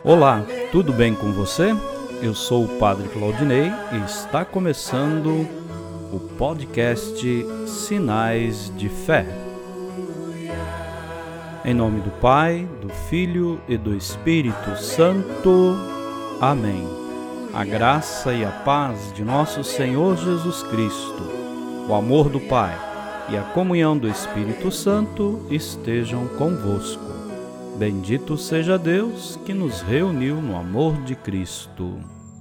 Olá, tudo bem com você? Eu sou o Padre Claudinei e está começando o podcast Sinais de Fé. Em nome do Pai, do Filho e do Espírito Santo. Amém. A graça e a paz de nosso Senhor Jesus Cristo, o amor do Pai e a comunhão do Espírito Santo estejam convosco. Bendito seja Deus que nos reuniu no amor de Cristo.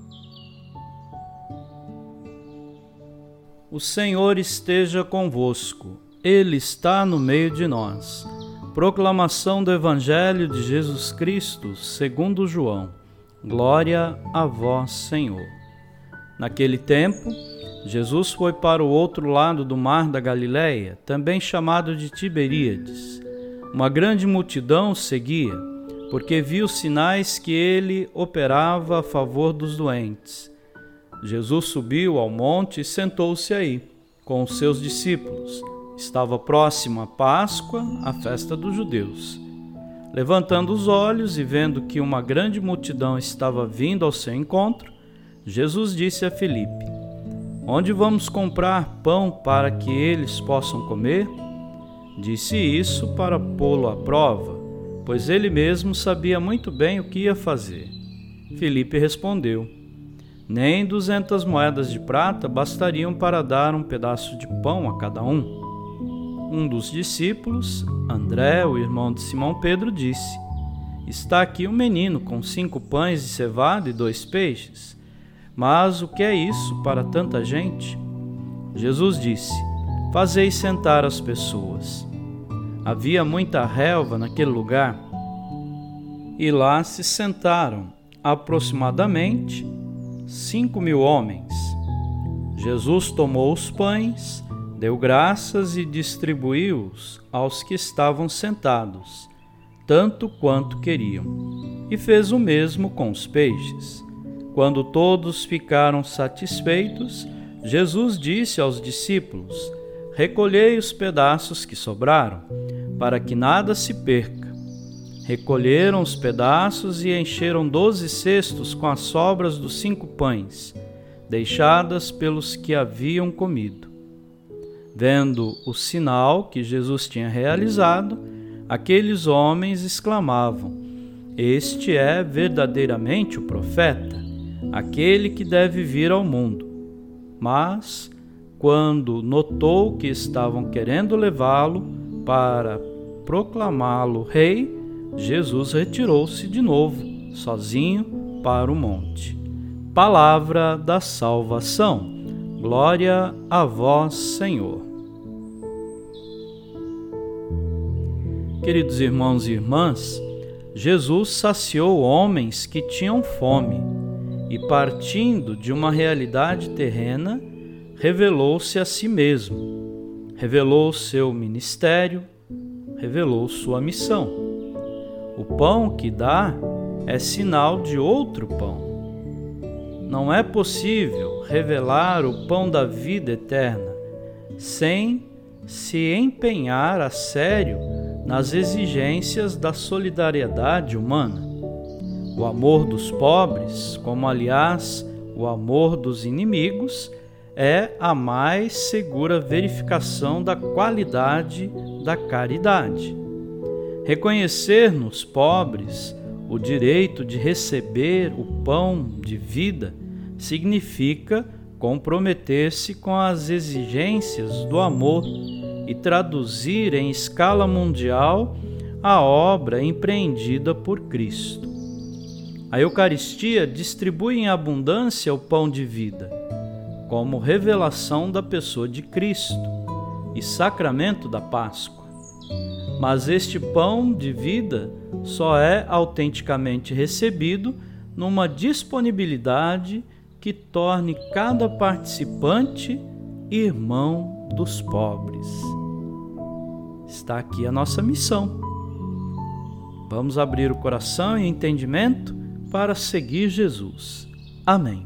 O Senhor esteja convosco, Ele está no meio de nós. Proclamação do Evangelho de Jesus Cristo, segundo João. Glória a vós, Senhor. Naquele tempo, Jesus foi para o outro lado do mar da Galileia, também chamado de Tiberíades. Uma grande multidão o seguia, porque viu os sinais que ele operava a favor dos doentes. Jesus subiu ao monte e sentou-se aí, com os seus discípulos. Estava próxima a Páscoa, a festa dos judeus. Levantando os olhos e vendo que uma grande multidão estava vindo ao seu encontro, Jesus disse a Filipe: "Onde vamos comprar pão para que eles possam comer?" Disse isso para pô-lo à prova, pois ele mesmo sabia muito bem o que ia fazer. Filipe respondeu: "Nem 200 moedas de prata bastariam para dar um pedaço de pão a cada um." Um dos discípulos, André, o irmão de Simão Pedro, disse: "Está aqui um menino com 5 pães de cevada e 2 peixes. Mas o que é isso para tanta gente?" Jesus disse: "Fazei sentar as pessoas." Havia muita relva naquele lugar, e lá se sentaram aproximadamente 5.000 homens. Jesus tomou os pães, deu graças e distribuiu-os aos que estavam sentados, tanto quanto queriam, e fez o mesmo com os peixes. Quando todos ficaram satisfeitos, Jesus disse aos discípulos: "Recolhei os pedaços que sobraram, para que nada se perca." Recolheram os pedaços e encheram 12 cestos com as sobras dos 5 pães, deixadas pelos que haviam comido. Vendo o sinal que Jesus tinha realizado, aqueles homens exclamavam: "Este é verdadeiramente o profeta, aquele que deve vir ao mundo." Mas, quando notou que estavam querendo levá-lo para proclamá-lo rei, Jesus retirou-se de novo, sozinho, para o monte. Palavra da salvação. Glória a vós, Senhor. Queridos irmãos e irmãs, Jesus saciou homens que tinham fome e, partindo de uma realidade terrena, revelou-se a si mesmo, revelou seu ministério, revelou sua missão. O pão que dá é sinal de outro pão. Não é possível revelar o pão da vida eterna sem se empenhar a sério nas exigências da solidariedade humana. O amor dos pobres, como aliás o amor dos inimigos, é a mais segura verificação da qualidade da caridade. Reconhecer nos pobres o direito de receber o pão de vida significa comprometer-se com as exigências do amor e traduzir em escala mundial a obra empreendida por Cristo. A Eucaristia distribui em abundância o pão de vida, como revelação da pessoa de Cristo e sacramento da Páscoa. Mas este pão de vida só é autenticamente recebido numa disponibilidade que torne cada participante irmão dos pobres. Está aqui a nossa missão. Vamos abrir o coração e entendimento para seguir Jesus. Amém.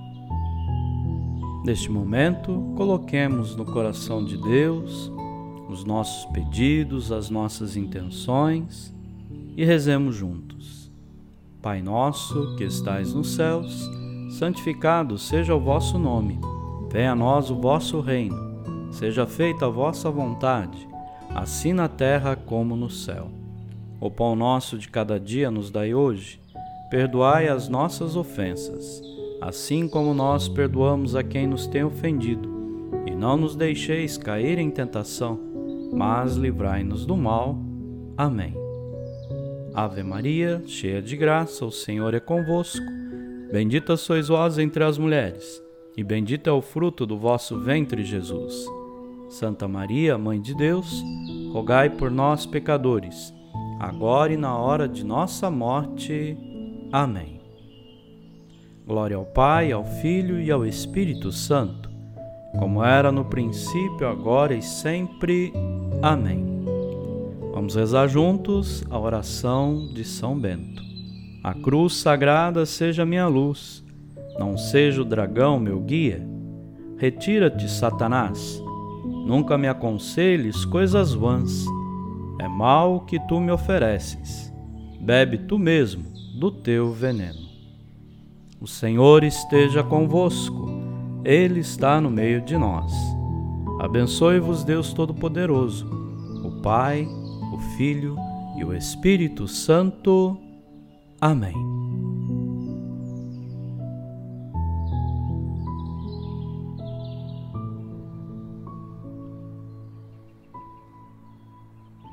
Neste momento, coloquemos no coração de Deus os nossos pedidos, as nossas intenções e rezemos juntos. Pai nosso que estais nos céus, santificado seja o vosso nome. Venha a nós o vosso reino. Seja feita a vossa vontade, assim na terra como no céu. O pão nosso de cada dia nos dai hoje. Perdoai as nossas ofensas, assim como nós perdoamos a quem nos tem ofendido. E não nos deixeis cair em tentação, mas livrai-nos do mal. Amém. Ave Maria, cheia de graça, o Senhor é convosco. Bendita sois vós entre as mulheres, e bendito é o fruto do vosso ventre, Jesus. Santa Maria, Mãe de Deus, rogai por nós, pecadores, agora e na hora de nossa morte. Amém. Glória ao Pai, ao Filho e ao Espírito Santo, como era no princípio, agora e sempre. Amém. Vamos rezar juntos a oração de São Bento. A cruz sagrada seja minha luz, não seja o dragão meu guia. Retira-te, Satanás, nunca me aconselhes coisas vãs. É mal o que tu me ofereces, bebe tu mesmo do teu veneno. O Senhor esteja convosco, Ele está no meio de nós. Abençoe-vos Deus Todo-Poderoso, o Pai, o Filho e o Espírito Santo. Amém.